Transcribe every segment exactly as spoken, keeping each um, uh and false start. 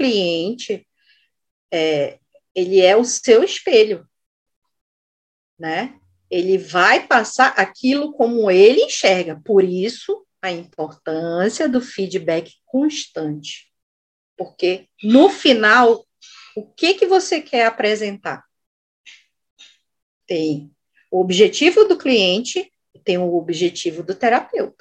cliente, é, ele é o seu espelho, né? Ele vai passar aquilo como ele enxerga. Por isso, a importância do feedback constante. Porque, no final, o que, que você quer apresentar? Tem o objetivo do cliente e tem o objetivo do terapeuta.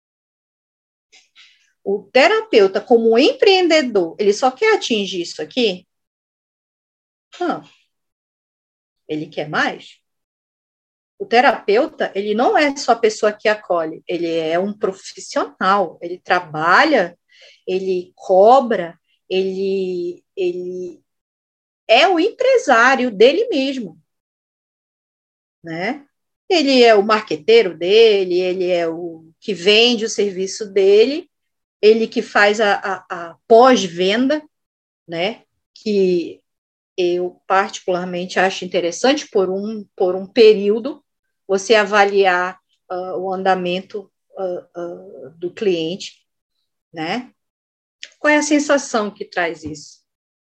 O terapeuta, como empreendedor, ele só quer atingir isso aqui? Não. Ele quer mais? O terapeuta, ele não é só a pessoa que acolhe, ele é um profissional, ele trabalha, ele cobra, ele, ele é o empresário dele mesmo, né? Ele é o marqueteiro dele, ele é o que vende o serviço dele, ele que faz a, a, a pós-venda, né? Que eu particularmente acho interessante por um, por um período, você avaliar uh, o andamento uh, uh, do cliente, né? Qual é a sensação que traz isso?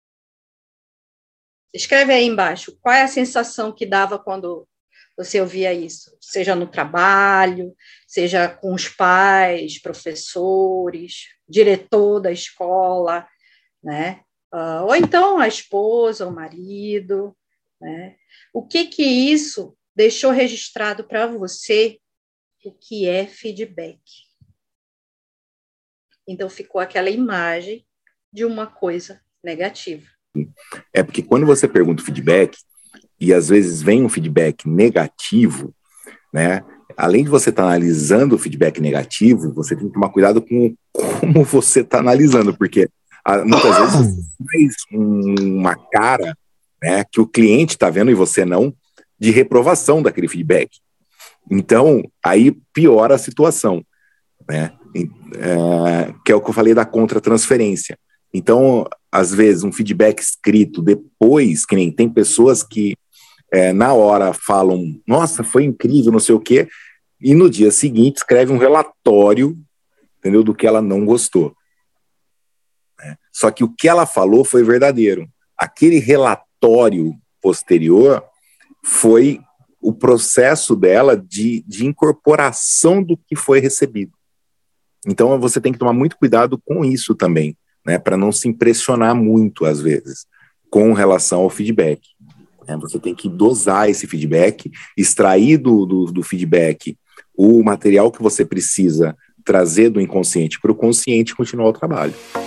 Escreve aí embaixo, qual é a sensação que dava quando você ouvia isso? Seja no trabalho, seja com os pais, professores, diretor da escola, né? Uh, ou então a esposa, o marido, né? O que que isso deixou registrado para você, o que é feedback? Então, ficou aquela imagem de uma coisa negativa. É porque quando você pergunta o feedback, e às vezes vem um feedback negativo, né? Além de você estar tá analisando o feedback negativo, você tem que tomar cuidado com como você está analisando, porque ah, muitas vezes você faz um, uma cara, né, que o cliente está vendo e você não, de reprovação daquele feedback. Então, aí piora a situação, né? É, que é o que eu falei da contra-transferência. Então, às vezes, um feedback escrito depois, que nem tem pessoas que é, na hora falam, nossa, foi incrível, não sei o quê, e no dia seguinte escreve um relatório, entendeu, do que ela não gostou. Né? Só que o que ela falou foi verdadeiro. Aquele relatório posterior foi o processo dela de, de incorporação do que foi recebido. Então você tem que tomar muito cuidado com isso também, né, para não se impressionar muito, às vezes, com relação ao feedback. É, você tem que dosar esse feedback, extrair do, do, do feedback o material que você precisa trazer do inconsciente para o consciente e continuar o trabalho.